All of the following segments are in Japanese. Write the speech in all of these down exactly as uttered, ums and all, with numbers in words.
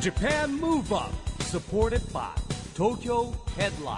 Japan Move Up supported by Tokyo Headline。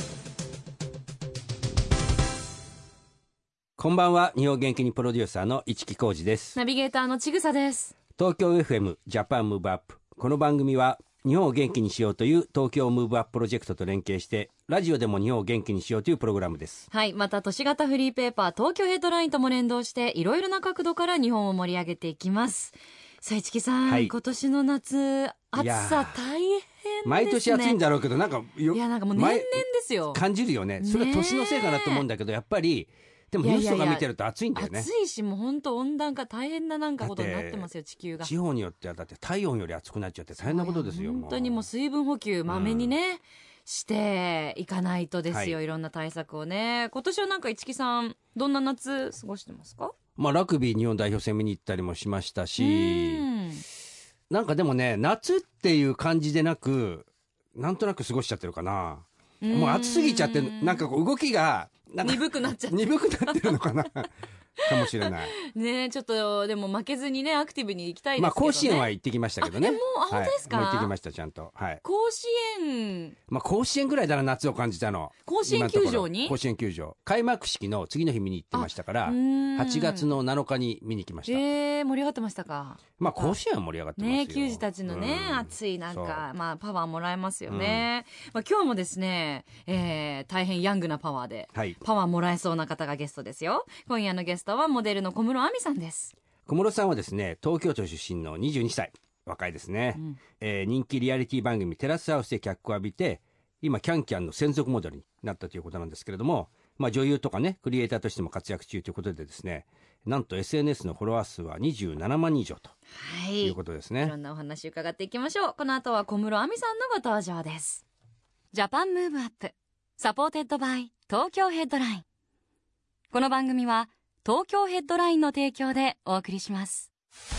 こんばんは。日本元気にプロデューサーの市木浩司です。 ナビゲーターのちぐさです。 東京 エフエム Japan Move Up。この番組は日本を元気にしようという東京ムーブアッププロジェクトと連携してラジオでも日本を元気にしようというプログラムです。 はい。また都市型フリーペーパー東京ヘッドラインとも連動していろいろな角度から日本を盛り上げていきます。さあ市木さん、はい、今年の夏暑さ大変ですね。 毎年暑いんだろうけどなんかよいやなんかもう年々ですよ。 感じるよね。それは年のせいかなと思うんだけどやっぱりでもニュースとか見てると暑いんだよね。 いやいやいや暑いしもう本当温暖化大変ななんかことになってますよ地球が。 地方によってはだって体温より暑くなっちゃって大変なことですよ。 本当にもう水分補給まめにね、うん、していかないとですよ、はい、いろんな対策をね。今年はなんか市木さんどんな夏過ごしてますか？ まあラグビー日本代表戦見に行ったりもしましたし、うんなんかでもね夏っていう感じでなくなんとなく過ごしちゃってるかな。もう暑すぎちゃってなんかこう動きがなんか鈍くなっちゃって鈍くなってるのかなかもしれないね。ちょっとでも負けずにねアクティブに行きたいですけどね。 まあ甲子園は行ってきましたけどね。 もうあ本当ですか？ はい、もう行ってきましたちゃんと、はい、 甲子園まあ甲子園ぐらいだな夏を感じたの。 甲子園球場に甲子園球場開幕式の次の日見に行ってましたからはちがつのなのかに見に来ました。 えー、盛り上がってましたか？ まあ甲子園は盛り上がってますよね。球児たちのね、うん、熱いなんか、まあ、パワーもらえますよね、うんまあ、今日もですね、えー、大変ヤングなパワーで、はい、パワーもらえそうな方がゲストですよ。今夜のゲストはモデルの小室亜美さんです。 小室さんはですね東京都出身のにじゅうにさい若いですね、うんえー、人気リアリティ番組テラスハウスで脚光を浴びて今キャンキャンの専属モデルになったということなんですけれども、まあ、女優とかねクリエイターとしても活躍中ということでですねなんと エスエヌエス のフォロワー数はにじゅうななまんにん以上ということですね、 はい、いろんなお話伺っていきましょう。この後は小室亜美さんのご登場です。ジャパンムーブアップサポーテッドバイ東京ヘッドライン。この番組は東京ヘッドラインの提供でお送りします。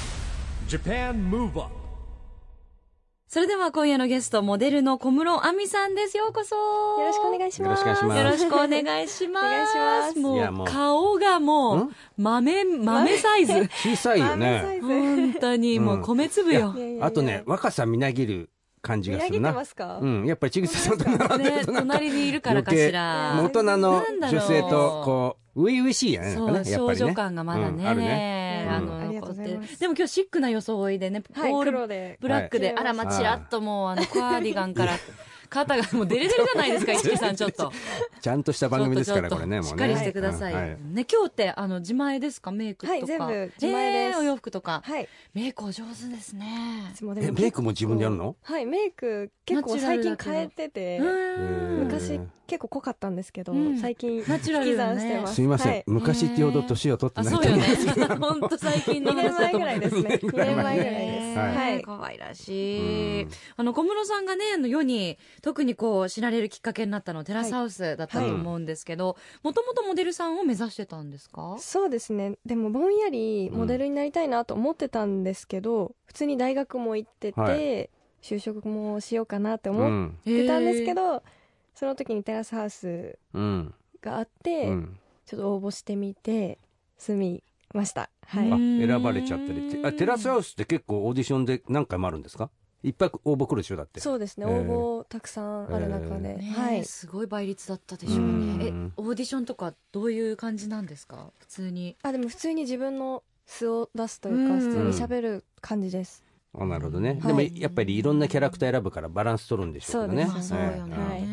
Japan Move Up。 それでは今夜のゲストモデルの小室亜美さんです。ようこそ。 よろしくお願いします。 よろしくお願いします。お願いします。もう顔がもう豆豆サイズ小さいよね本当にもう米粒よ、 うん、あとね若さみなぎる感じがするな。 見上げてますか？ うん、やっぱりちぐささんと並んでると、 ね、隣にいるからかしら。 大人の女性とこう初々しいよね。 そう、ね、少女感がまだね、うん、あるね、うん、あの、 ありがとうございます。 でも今日シックな装いでね、 はい、 オール黒でブラックで、はい、あらまちらっともうあのカーディガンから肩がもうデレデレじゃないですか市木さん。ちょっとちゃんとした番組ですからこれねもうねしっかりしてください、はいはい、ね。今日ってあの自前ですか？メイクとか、 はい、全部自前です、 えー、お洋服とか、 はい、 メイクお上手ですね。 えメイクも自分でやるの？ はい、メイク結構最近変えてて昔結構濃かったんですけど、うん、最近引き算してます。 すみません、はい、昔ってほど年を取ってないと思います。 本当最近の話だと思う。 にねんまえぐらいですね。にねんまえぐらいです。 はい、可愛らしい。あの小室さんがねあの世に特にこう知られるきっかけになったのテラスハウスだったと思うんですけど、もともとモデルさんを目指してたんですか？ そうですね。でもぼんやりモデルになりたいなと思ってたんですけど、うん、普通に大学も行ってて、はい、就職もしようかなって思ってたんですけど、うん、その時にテラスハウスがあって、うん、ちょっと応募してみて住みました、はい、 あ選ばれちゃったりって。あテラスハウスって結構オーディションで何回もあるんですか？いっぱい応募来るでしょ？だってそうですね、応募たくさんある中で、 えーはい、 すごい倍率だったでしょうね。えオーディションとかどういう感じなんですか？普通にあでも普通に自分の素を出すというか普通に喋る感じです。 あなるほどね、はい、でもやっぱりいろんなキャラクター選ぶからバランス取るんでしょうけどね。 そうです、まあ、そうよね、はい、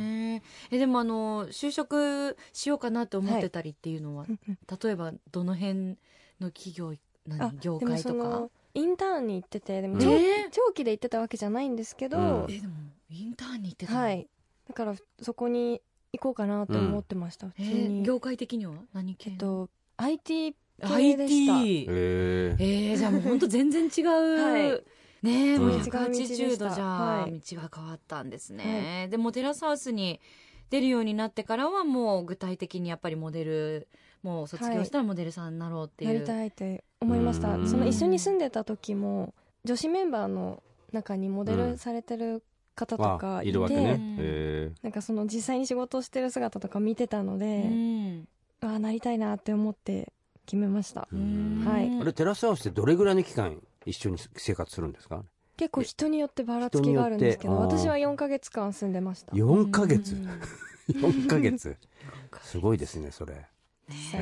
えでもあの就職しようかなと思ってたりっていうのは、はい、例えばどの辺の企業何業界とかインターンに行っててでも 長,、えー、長期で行ってたわけじゃないんですけど、うん、 えでもインターンに行ってたの、 はい、だからそこに行こうかなと思ってました、うん、普通に、 えー、業界的には何系の、 えっと、アイティー 系でした。 アイティー、えー、えー、じゃあもう本当全然違う、はいねえ、もうひゃくはちじゅうどじゃあ道が変わったんですね、はい、でもテラスハウスに出るようになってからはもう具体的にやっぱりモデルもう卒業したらモデルさんになろうっていう、はい、 なりたいって思いました。その一緒に住んでた時も女子メンバーの中にモデルされてる方とかいて、 いるわけね、へなんかその実際に仕事をしてる姿とか見てたので、うん、あなりたいなって思って決めました。はい、 あれテラスハウスってどれぐらいの期間一緒に生活するんですか？ 結構人によってばらつきがあるんですけど、私はよんかげつかん住んでました。 よんかげつよんかげつすごいですねそれ。 はい、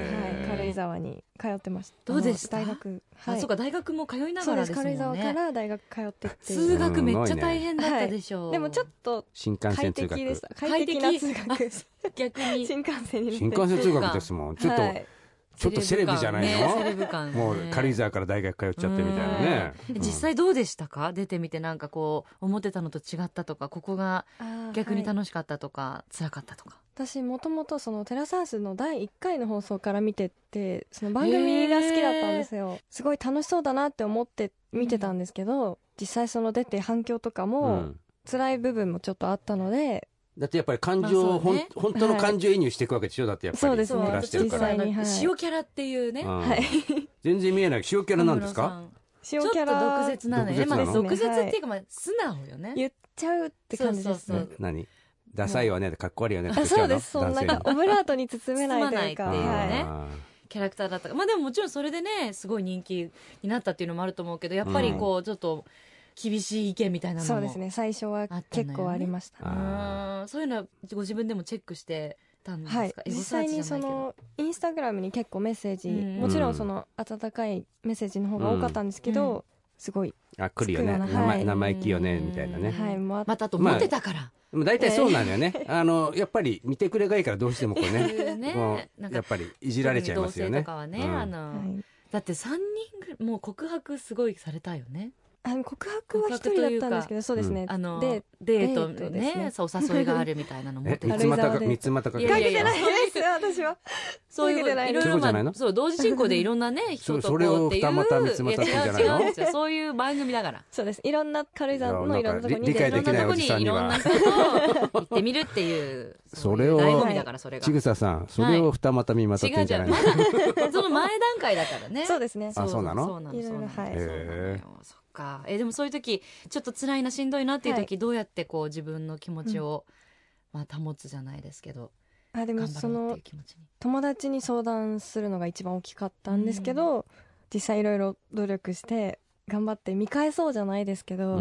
軽井沢に通ってました。 どうでした？ 大学、 はい、あ、そうか、大学も通いながらですもんね。 そうです、軽井沢から大学通ってって。 通学めっちゃ大変だったでしょう。 はい、でもちょっと新幹線通学でした。快適な通学逆に新幹線に乗って新幹線通学ですもん。ちょっと、はい、ちょっとセレブじゃないの？ セレブ感ね。 もう軽井沢から大学通っちゃってみたいなね。 実際どうでしたか？出てみてなんかこう思ってたのと違ったとか、ここが逆に楽しかったとか、はい、辛かったとか。 私もともとそのテラスハウスのだいいっかいの放送から見てて、その番組が好きだったんですよ。すごい楽しそうだなって思って見てたんですけど、うん、実際その出て反響とかも、うん、辛い部分もちょっとあったので。 だってやっぱり感情、まあね、本当の感情移入していくわけでしょ、はい、だってやっぱりそうですね、 暮らしてるから、 実際に、はい、塩キャラっていうね、 はい、全然見えない塩キャラなんですか？ 塩キャラちょっと毒舌なのね。まあ、毒舌っていうか、まあ、素直よね。 言っちゃうって感じです。 そうそうそう。 何？ダサいわね、かっこ悪いよね。 あ、そうです。そんなオブラートに包めないというか、 包まないっていうね、はい、キャラクターだった。まあでももちろんそれでね、すごい人気になったっていうのもあると思うけど、やっぱりこうちょっと厳しい意見みたいなのも、 そうですね。最初は結構ありました。 あ、そういうのはご自分でもチェックしてたんですか？はい、 実際にそのインスタグラムに結構メッセージ、もちろんその温かいメッセージの方が多かったんですけど、うん、すごいあ来るよね、はい、生意気よねみたいなね、 はい、 またと思ってたから、 まあ、大体そうなんだよね、えー、あのやっぱり見てくれがいいからどうしてもこうねねもうやっぱりいじられちゃいますよね。 同性とかはね、うん、あの、はい、だってさんにんぐらいもう告白すごいされたよね。 あの告白は一人だったんですけど、そうですね、 うん、あのデートね、ね、そうお誘いがあるみたいなの持ってた。三つ股か三つ股かけてかけてないです私は。 そういういろいろ、まあ、そう同時進行でいろんなね人とこうっていう、 それを二股三つ股ってじゃないの？ 違うんですよ、そういう番組だから。 そうです、いろんな軽井沢のいろんなところに理解できないおじさんにはいろんな人と行ってみるっていうそれを醍醐味だから。それがちぐささん、それを二股三股ってんじゃないの？ その前段階だからね。 そうですね。 あ、そうなの？ そうなの、そうなの、 はい。 へー、そっか。えでもそういう時ちょっと辛いなしんどいなっていう時、はい、どうやってこう自分の気持ちを、うん、まあ保つじゃないですけど、 あでもその友達に相談するのが一番大きかったんですけど、うん、実際いろいろ努力して頑張って見返そうじゃないですけど、うん、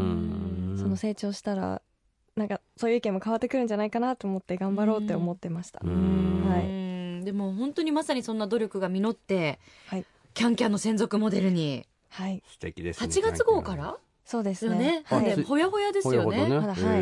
その成長したらなんかそういう意見も変わってくるんじゃないかなと思って頑張ろうって思ってました。うん、はい、 でも本当にまさにそんな努力が実って、 はい、 キャンキャンの専属モデルに、 はい、 素敵ですね。 はちがつ号からそうですね、 ね、はい、ほやほやですよね。 まだ、はい、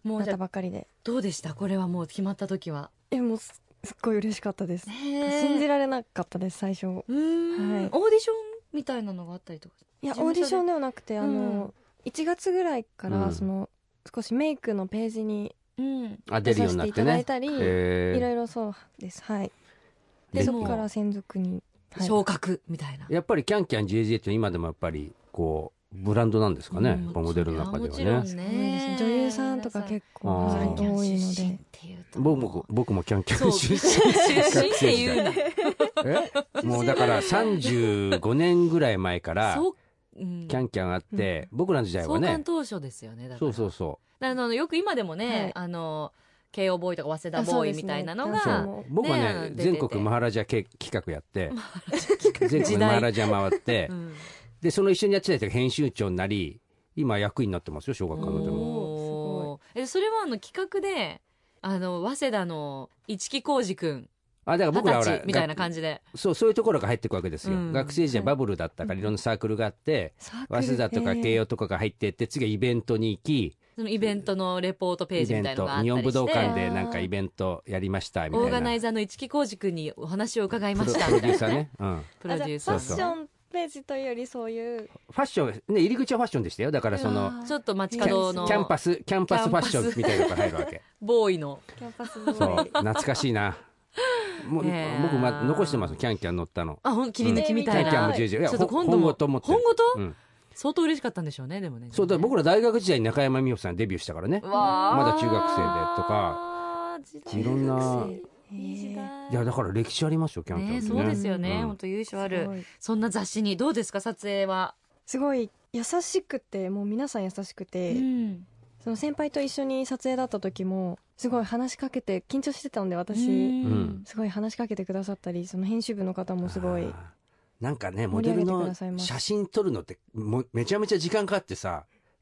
もうじゃばっかりで。 どうでしたこれはもう決まった時は？ えもうすっごい嬉しかったです。信じられなかったです最初。うん、はい、オーディションみたいなのがあったりとか？ いやオーディションではなくて、あの、うん、いちがつぐらいから、うん、その少しメイクのページに出させていただいたり、うん、いろいろそうです。はい。でそこから専属に、 はい、昇格みたいな。 やっぱりキャンキャン ジェージェー って今でもやっぱりこうブランドなんですかね、うん、モデルの中ではね。もちろんね、 女優さんとか結構多いので、 僕も僕もキャンキャン出身出身っていうなえもうだからさんじゅうごねんぐらい前からキャンキャンあって、うん、僕らの時代はね創刊当初ですよね。だからそうそうそう。 あのよく今でもね、はい、あの慶応ボーイとか早稲田ボーイみたいなのが、 ね、僕はね全国マハラジャ企画やって全国マハラジャ回って、うん、でその一緒にやってた人が編集長になり今役員になってますよ、小学館のでも。 えそれはあの企画であの早稲田の市木浩二君あだから僕らはみたいな感じでそうそういうところが入っていくわけですよ、うん、学生時代バブルだったからいろんなサークルがあって、うん、早稲田とか慶応とかが入っていって次はイベントに行きそのイベントのレポートページみたいなのがあったりして日本武道館でなんかイベントやりましたみたいなオーガナイザーの市木浩二君にお話を伺いましたプロデューサーね、うん、 プロデューサーファッションページというよりそういうファッションね入り口はファッションでしたよ。だからそのちょっと街角のキャンパスキャンパスファッションみたいなのが入るわけボーイのキャンパスボーイそう懐かしいなもう僕、ま、残してますキャンキャン乗ったの。 あ、ほん切り抜きみたいな、うん、 キャンキャンもじゅうじゅういやちょっと今度も本ごと思って本ごと、 うん、 相当嬉しかったんでしょうね。でもねそうだ僕ら大学時代に中山美穂さんデビューしたからねまだ中学生でとかいろんないいやだから歴史ありますよキャンキャン、ねね、そうですよね、うん、本当優勝あるそんな雑誌にどうですか撮影は。 すごい優しくてもう皆さん優しくて、うん、その先輩と一緒に撮影だった時もすごい話しかけて緊張してたんで私、うん、すごい話しかけてくださったりその編集部の方もすごいなんかねモデルの写真撮るのってもめちゃめちゃ時間かかってさ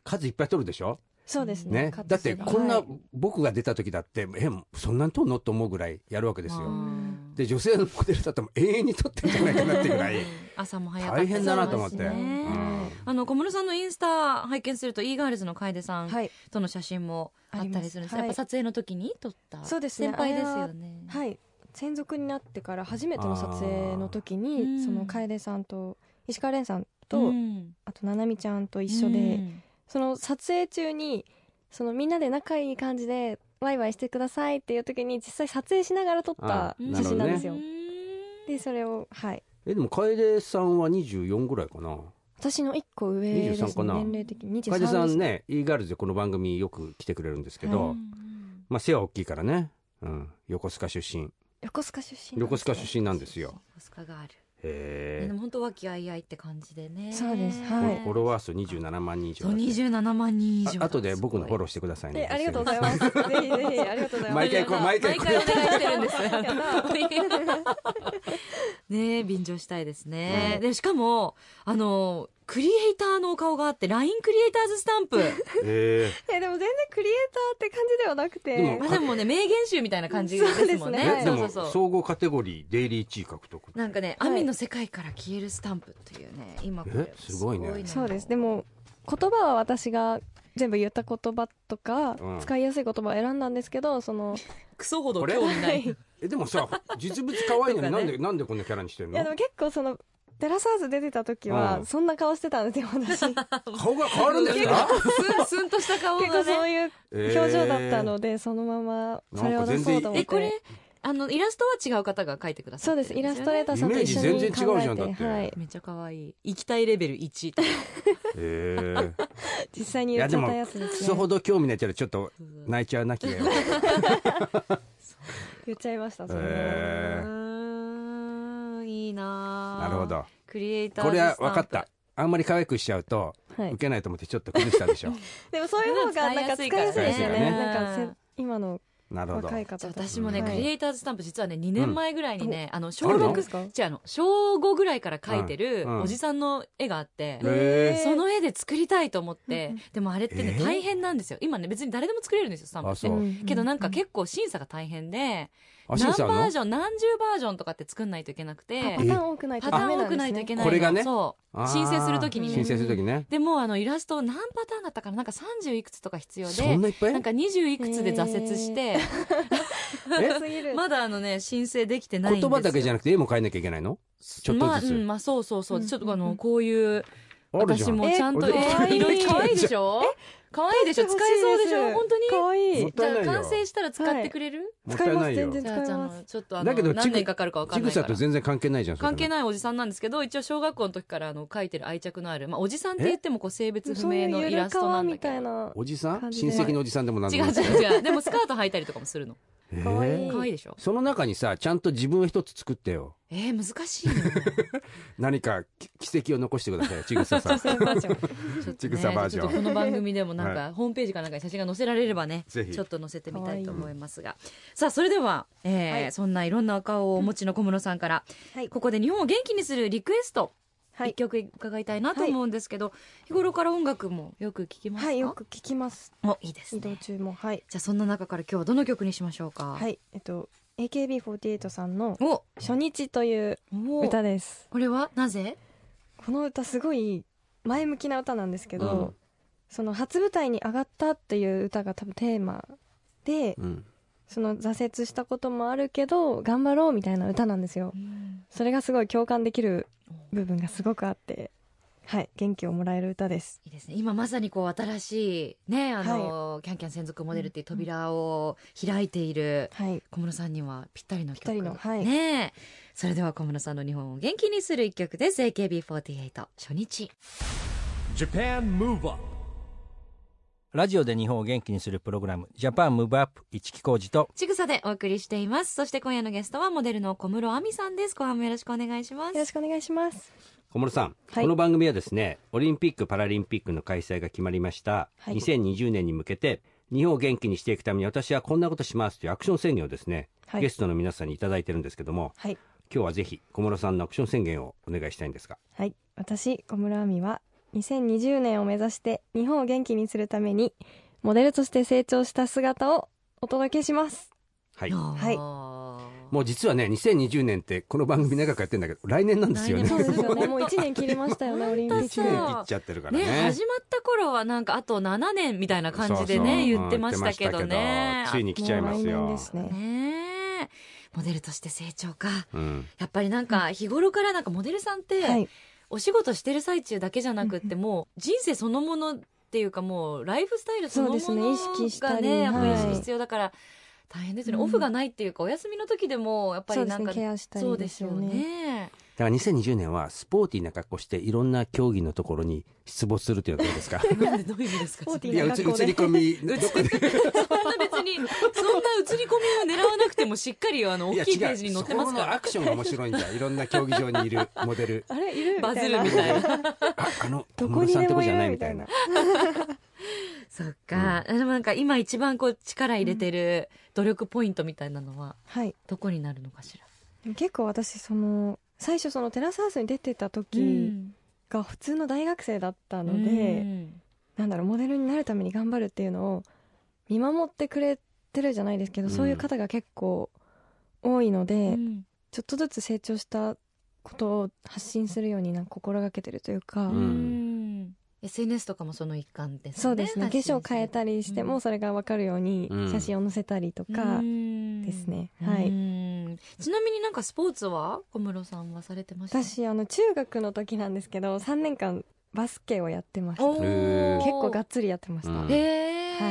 数いっぱい取るでしょ。 そうですね。 ね、だってこんな僕が出た時だってえそんなに取るのと思うぐらいやるわけですよ。で女性のモデルだと永遠に取ってるんじゃないかなってぐらい朝も早かった、 大変だなと思って、 ね、うん、あの小室さんのインスタ拝見すると e ガールズの楓さんとの写真もあったりするんです、はい、やっぱ撮影の時に撮ったそうです、ね、 先輩ですよね。 はい、専属になってから初めての撮影の時にその楓さんと石川蓮さんと、うん、あとななみちゃんと一緒で、うん、その撮影中にそのみんなで仲いい感じでワイワイしてくださいっていう時に実際撮影しながら撮った写真なんですよ。でそれをはいえでも楓さんはにじゅうよんぐらいかな。 私のいっこ上ですね、 にじゅうさんかな。 年齢的ににじゅうさん楓さんね e ガールズでこの番組よく来てくれるんですけど、はい、まあ背は大きいからね、うん、横須賀出身横須賀出身、 ね、横須賀出身なんですよ。 横須賀がある。 へでも本当和気あいあいって感じでね。 そうです、はい、 フォロワー数にじゅうななまんにん以上。 にじゅうななまんにん以上。 あとで僕のフォローしてくださいね。 ありがとうございます。ぜひぜひありがとうございます。 毎回こう毎回毎回お願いしてるんですねえ便乗したいですね、うん、でしかもあのクリエイターのお顔があって ライン クリエイターズスタンプえー、 えでも全然クリエイターって感じではなくてでも、まあ、でもね名言集みたいな感じですもんね。 そうですね。でも総合カテゴリーデイリーいちい獲得なんかね、はい、アミの世界から消えるスタンプっていうね今これすごいね。 そうです。でも言葉は私が全部言った言葉とか、うん、使いやすい言葉を選んだんですけどそのクソほど興味ないえでもさ実物可愛いのになんで、ね、なんでこんなキャラにしてんの。 いやでも結構そのテラサーズ出てた時はそんな顔してたんですよ、うん、私顔が変わるんですかスンスンとした顔が、ね、 結構そういう表情だったので、えー、そのままそれを出そうと思って。 えこれあのイラストは違う方が描いてくださってるんですよね。そうです。イラストレーターさんと一緒に考えて。イメージ全然違うじゃんだって、はい、 めっちゃ可愛い。行きたいレベルいちえー、 実際に言っちゃったやつですね。 クソほど興味ないけどちょっと泣いちゃう泣きだよ言っちゃいましたそれ、 えー、 いいな。 なるほど。 クリエイターズこれは分かった。あんまり可愛くしちゃうと、はい、受けないと思ってちょっと崩したでしょでもそういう方がなんか使いやすいですよね。ねなんか今のなるほど。 若い方私もね、はい、クリエイターズスタンプ実はねにねんまえぐらいにね、うん、あの小ろくじゃあの小ごぐらいから描いてるおじさんの絵があって、うんうん、その絵で作りたいと思って、でもあれってね大変なんですよ。今ね別に誰でも作れるんですよスタンプって、うん、けどなんか結構審査が大変で、何バージョン何十バージョンとかって作んないといけなくて、 パターン多くないとダメなんですね。パターン多くないといけないの。 これがね、 そう申請するときにね。 申請するときね。 でもあのイラスト何パターンだったかな、なんかさんじゅういくつとか必要で、 そんないっぱい？ なんかにじゅういくつで挫折して、えまだあのね申請できてないんですよ。 言葉だけじゃなくて絵も変えなきゃいけないの？ちょっとずつ。 まあ、うん、まあそうそうそう。ちょっとあのこういう私もちゃんといろいろ可愛いでしょ？可愛いでしょ、使えそうでしょ、本当に可愛い。 じゃあ完成したら使ってくれる？ 使います、 全然使います。 ちょっとあの何年かかるか分かんないから。 ちぐさと全然関係ないじゃん。 関係ないおじさんなんですけど、一応小学校の時からあの描いてる愛着のある、まあおじさんって言ってもこう性別不明のイラストなんだけど。 おじさん？親戚のおじさんでもなんでも違う違う違う。でもスカート履いたりとかもするの。 可愛い。 可愛いでしょ。 その中にさ、ちゃんと自分を一つ作ってよ。 えー、難しいよ。 何か奇跡を残してください、ちぐささん。ちぐさバージョン。 ちょっとこの番組でもなんかホームページかなんかに写真が載せられればね、ちょっと載せてみたいと思いますが、さあそれでは、えーはい、そんないろんなお顔をお持ちの小室さんから、はい、ここで日本を元気にするリクエスト。はい、一曲伺いたいなと思うんですけど、はい、日頃から音楽もよく聞きますか？ はい、よく聞きます。 お、いいですね。 移動中も。はい。 じゃあそんな中から今日はどの曲にしましょうか？ はい、えっと エーケービーフォーティーエイト さんの初日という歌です。 これはなぜ？ この歌すごい前向きな歌なんですけど、うん、その初舞台に上がったっていう歌が多分テーマで、うん、その挫折したこともあるけど頑張ろうみたいな歌なんですよ、うん、それがすごい共感できる部分がすごくあって、はい、元気をもらえる歌です。 いいですね。今まさにこう新しいね、あの、はい、キャンキャン専属モデルっていう扉を開いている小室さんにはぴったりの曲、 ぴったりの、はい、 ね。それでは小室さんの日本を元気にする一曲です。 エーケービーフォーティーエイト 初日。 Japan Move Up。 ラジオで日本を元気にするプログラムジャパンムーブアップ、市木浩二とちぐさでお送りしています。そして今夜のゲストはモデルの小室亜美さんです。後半もよろしくお願いします。 よろしくお願いします。 小室さん、はい、この番組はですね、オリンピック・パラリンピックの開催が決まりました、はい、にせんにじゅうねんに向けて日本を元気にしていくために私はこんなことしますというアクション宣言をですね、はい、ゲストの皆さんにいただいてるんですけども、はい、今日はぜひ小室さんのアクション宣言をお願いしたいんですが。 はい、私小室亜美はにせんにじゅうねんを目指して日本を元気にするためにモデルとして成長した姿をお届けします。 はい、 はい、 もう実はねにせんにじゅうねんってこの番組長くやってるんだけど来年なんですよね。 そうですよね。もういちねん切りましたよねオリンピック。 いちねん切っちゃってるからね。 ね、始まった頃はなんかあとななねんみたいな感じでね、そうそう言ってましたけどね。 ついに来ちゃいますよ。 もう来年ですね。 ね、モデルとして成長か、 うん、 やっぱりなんか日頃からなんかモデルさんって、はい、お仕事してる最中だけじゃなくってもう人生そのものっていうかもうライフスタイルそのものがね、意識したり、やっぱり意識必要だから大変ですよね、うん、オフがないっていうかお休みの時でもやっぱりなんかそうですね、ケアしたりですよね。 そうですよね。 だからにせんにじゅうねんはスポーティーな格好していろんな競技のところに出没するっていうのはどうですか？ なんでどういう意味ですか？ スポーティーな格好でいや映り込みどこでそんな別にそんな映り込みを狙わなくてもしっかりあの大きいページに載ってますから。 そこのアクションが面白いんだよ。いろんな競技場にいるモデルあれいるみたいな、 バズるみたいなあ, あの小室さんとこじゃないみたいな。 そっか、うん、でもなんか今一番こう力入れてる努力ポイントみたいなのはどこになるのかしら？ はい、結構私その最初そのテラスハウスに出てた時が普通の大学生だったので、うん、なんだろうモデルになるために頑張るっていうのを見守ってくれてるじゃないですけど、うん、そういう方が結構多いので、うん、ちょっとずつ成長したことを発信するようになんか心がけてるというか、 うん、エスエヌエス とかもその一環ですね。 そうですね、化粧変えたりしてもそれが分かるように写真を載せたりとかですね、うん、はい。 ちなみになんかスポーツは小室さんはされてました？ 私あの中学の時なんですけどさんねんかんバスケをやってました。結構がっつりやってました、うん、 へー、 はい、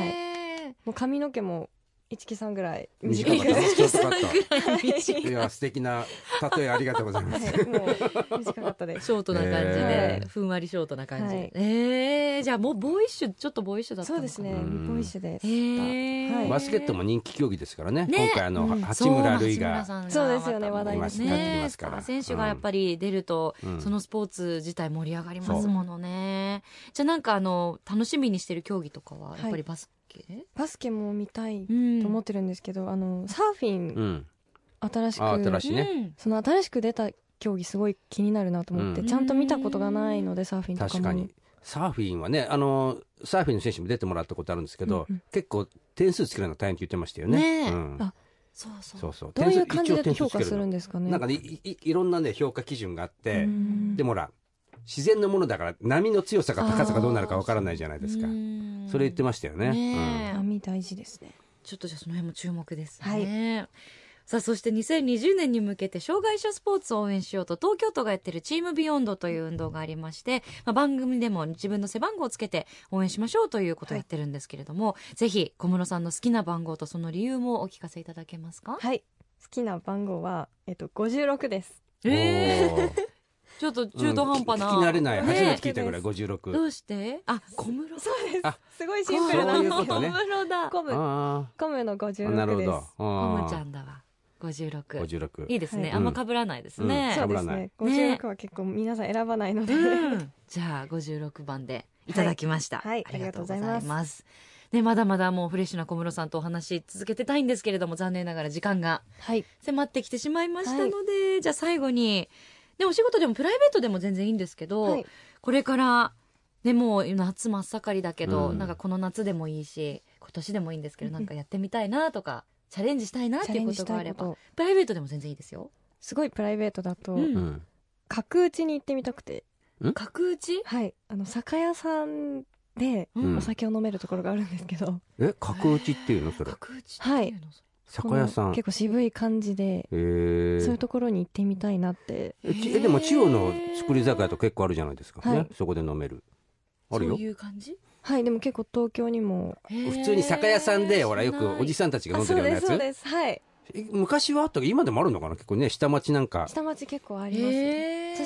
もう髪の毛も一木さんぐらい短かった短かったいや素敵な例えありがとうございます、はい、 もう短かったです。 ショートな感じで、えー、ふんわりショートな感じで、はい、えー、じゃあもうボーイッシュちょっとボーイッシュだったのかな。 そうですね、ボーイッシュでした、 えーはい、 バスケットも人気競技ですからね、 ね、 今回あの、うん、八村塁がそうですよね、話題ですね。 スター選手がやっぱり出ると、うん、そのスポーツ自体盛り上がりますものね。じゃあなんかあの楽しみにしてる競技とかはやっぱりバスケ、はい、 バスケも見たいと思ってるんですけど、うん、あのサーフィン、うん、新しく新しいね、 その新しく出た競技すごい気になるなと思って、うん、ちゃんと見たことがないのでサーフィンとかも。 確かにサーフィンはね、あのサーフィンの選手も出てもらったことあるんですけど、うんうん、結構点数つけるの大変って言ってましたよね。 ね、 うん、 あそうそうそうそうどういう感じで評価するんですかね。 なんかね い, い, いろんなね評価基準があって、でもほら自然のものだから波の強さか高さがどうなるかわからないじゃないですか。それ言ってましたよね。 ね、うん、波大事ですね。 ちょっとじゃあその辺も注目ですね。 はい、 さあそしてにせんにじゅうねんに向けて障害者スポーツを応援しようと東京都がやってるチームビヨンドという運動がありまして、まあ、番組でも自分の背番号をつけて応援しましょうということをやってるんですけれども、はい、ぜひ小室さんの好きな番号とその理由もお聞かせいただけますか？ はい、好きな番号は、えっと、ごじゅうろくです。 えーちょっと中途半端な、 うん、聞き慣れない、初めて聞いたぐらいごじゅうろく。 どうして？あ、小室。 そうです。すごいシンプルなんですけど、 ね、小室だ。 コム、コムのごじゅうろくです。 なるほど。 コムちゃんだわ。ごじゅうろく。 ごじゅうろく。 いいですね。はい、あんま被らないですうん、 ね。 そうですね。ごじゅうろくは結構皆さん選ばないので、ねうん、じゃあごじゅうろくばんでいただきました。 はい、はい、ありがとうございます。 ね、まだまだもうフレッシュな小室さんとお話続けてたいんですけれども、残念ながら時間が迫ってきてしまいましたので、はい、じゃあ最後に。でお仕事でもプライベートでも全然いいんですけど、はい、これからねもう夏真っ盛りだけど、うん、なんかこの夏でもいいし今年でもいいんですけど、なんかやってみたいなとかチャレンジしたいなっていうことがあればプライベートでも全然いいですよ。 すごいプライベートだと、 うん、 角打ちに行ってみたくて。 角打ち？ はい、あの酒屋さんでお酒を飲めるところがあるんですけど、 うん、え角打ちっていうのそれ？ 角打ちっていうの、はい、 酒屋さん結構渋い感じで、そういうところに行ってみたいなって。 えでも千代の作り酒屋と結構あるじゃないですか、はいね、そこで飲めるあるよ。 そういう感じ？ はい、でも結構東京にも普通に酒屋さんでほらよくおじさんたちが飲んでるようなやつ。 そうですそうです、はい。 昔はあったけど今でもあるのかな。結構ね下町なんか下町結構あります。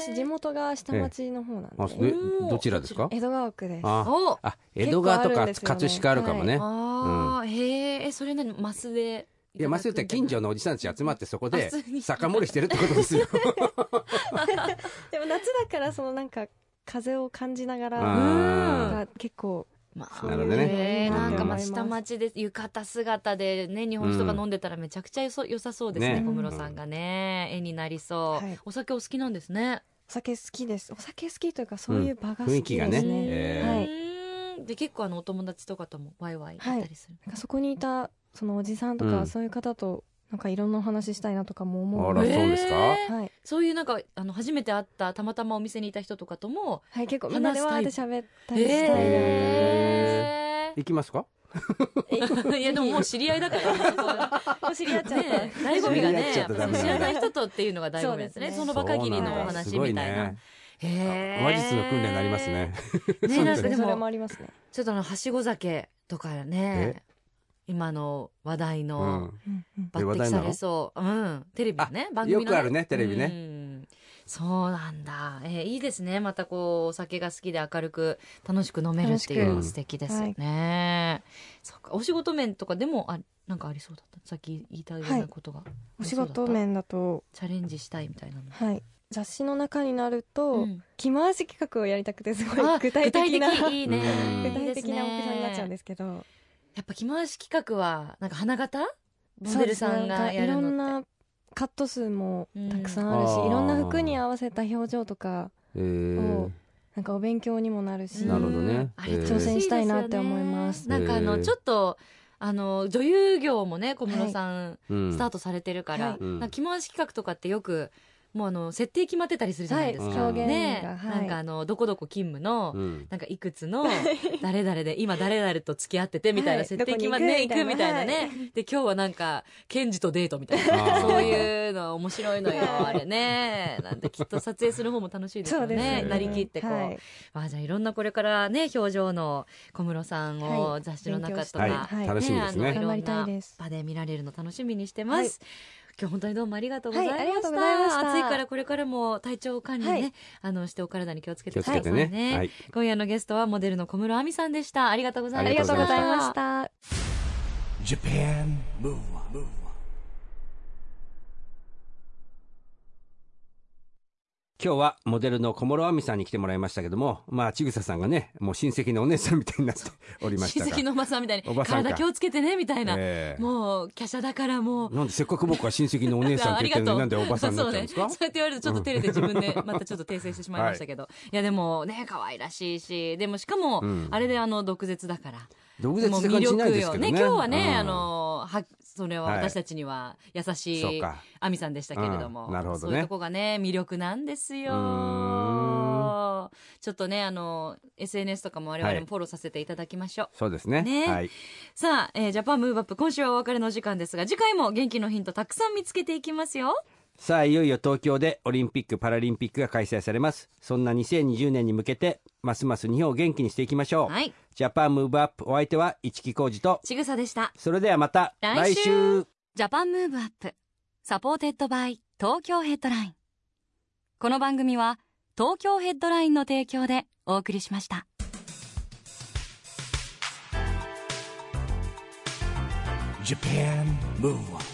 私地元が下町の方なんで。 あえどちらですか？ 江戸川区です。 ああ江戸川とか葛飾あるかもね、はい、 あ、うん、へえそれ何マスでいや、まあ、そういったら近所のおじさんたち集まってそこで酒盛りしてるってことですよ。 でも夏だからそのなんか風を感じながらが結構、 まあ、なるほどね。なんかまあ下町で浴衣姿でね日本酒とか飲んでたらめちゃくちゃよそ良さそうですね、ね、小室さんがね絵になりそう、はい、お酒お好きなんですね。 お酒好きです。お酒好きというかそういう場が好きですね、 うん、雰囲気がね、えー、はい、で結構あのお友達とかともワイワイ行ったりする、 はい、なんかそこにいたそのおじさんとか、うん、そういう方となんかいろんなお話したいなとかも思う。 あら、そうですか、 はい、 そういうなんかあの初めて会ったたまたまお店にいた人とかとも、 はい、結構みんなでわーって喋ったりしたいな、 えー、行きますかいやでももう知り合いだからもう知り合っちゃって醍醐味がね、知らない人とっていうのが醍醐味ですね。その場限りのお話みたいな。 へー、話術の訓練になりますね。 ね、なんかでもそれもありますね。 ちょっとあのはしご酒とかね、今の話題の抜擢されそう、うん、テレビのね、番組のね、 よくあるね、テレビね、うん、そうなんだ、えー、いいですね。またこうお酒が好きで明るく楽しく飲めるっていうの素敵ですよね、はい、そうか。お仕事面とかでもあなんかありそうだった、さっき言いたいようなことが、はい、 お仕事面だとチャレンジしたいみたいなの、 はい、雑誌の中になると、うん、着回し企画をやりたくて、すごい具体的な具体的、いいね、具体的な大きさになっちゃうんですけど、 やっぱ着回し企画はなんか花形モデルさんがやるのって、いろんなカット数もたくさんあるし、うん、いろんな服に合わせた表情とかをなんかお勉強にもなるし、 なるほどね、 あれ挑戦したいなって思います。 なんかあのちょっとあの女優業もね、小室さん、はい、スタートされてるから、はい、なんか着回し企画とかってよくもうあの設定決まってたりするじゃないですか、 はい、表現ね、 が、はい、 なんかあのどこどこ勤務の、うん、なんかいくつの誰々で今誰々と付き合っててみたいな設定決まって、ね、行くみたいなね、はい、で今日はなんかケンジとデートみたいなそういうの面白いのよあれね、なんできっと撮影する方も楽しいですよ ね, ねなりきってこう、はい、あじゃあいろんなこれからね表情の小室さんを雑誌の中とか、 はいね、楽しみですね、 いろんな場で見られるの楽しみにしてます、はい、今日本当にどうもありがとうございました、はい、ありがとうございました。暑いからこれからも体調管理ね、はい、あのしてお体に気をつけてくださいね、ね、はい、今夜のゲストはモデルの小室亜美さんでした。ありがとうございました。 ありがとうございました。 Japan Move Up。 今日はモデルの小室亜美さんに来てもらいましたけども、まあちぐささんがね、もう親戚のお姉さんみたいになっておりましたが、 親戚のおばさんみたいに体気をつけてねみたいな、えー、もう華奢だからもうなんでせっかく僕は親戚のお姉さんって言ってるのになんでおばさんになっちゃうんですか。 そうね、そうやって言われるとちょっと照れて自分でまたちょっと訂正してしまいましたけど、はい、いやでもね可愛らしいし、でもしかも、うん、あれであの毒舌だから毒舌って感じしないですけどね。 今日はね、うん、あのはそれは私たちには優しい亜美さんでしたけれども、 うん、なるほどね、 そういうとこがね魅力なんですよ。ちょっとねあの エスエヌエス とかも我々もフォローさせていただきましょう、はい、 そうですね、ね、はい、 さあ、えー、ジャパンムーブアップ今週はお別れの時間ですが、次回も元気のヒントたくさん見つけていきますよ。 さあいよいよ東京でオリンピック・パラリンピックが開催されます。そんなにせんにじゅうねんに向けてますます日本を元気にしていきましょう、はい、ジャパンムーブアップ、お相手は市木浩二とちぐさでした。 それではまた来週。来週ジャパンムーブアップサポーテッドバイ東京ヘッドライン。この番組は東京ヘッドラインの提供でお送りしました。 ジャパンムーブアップ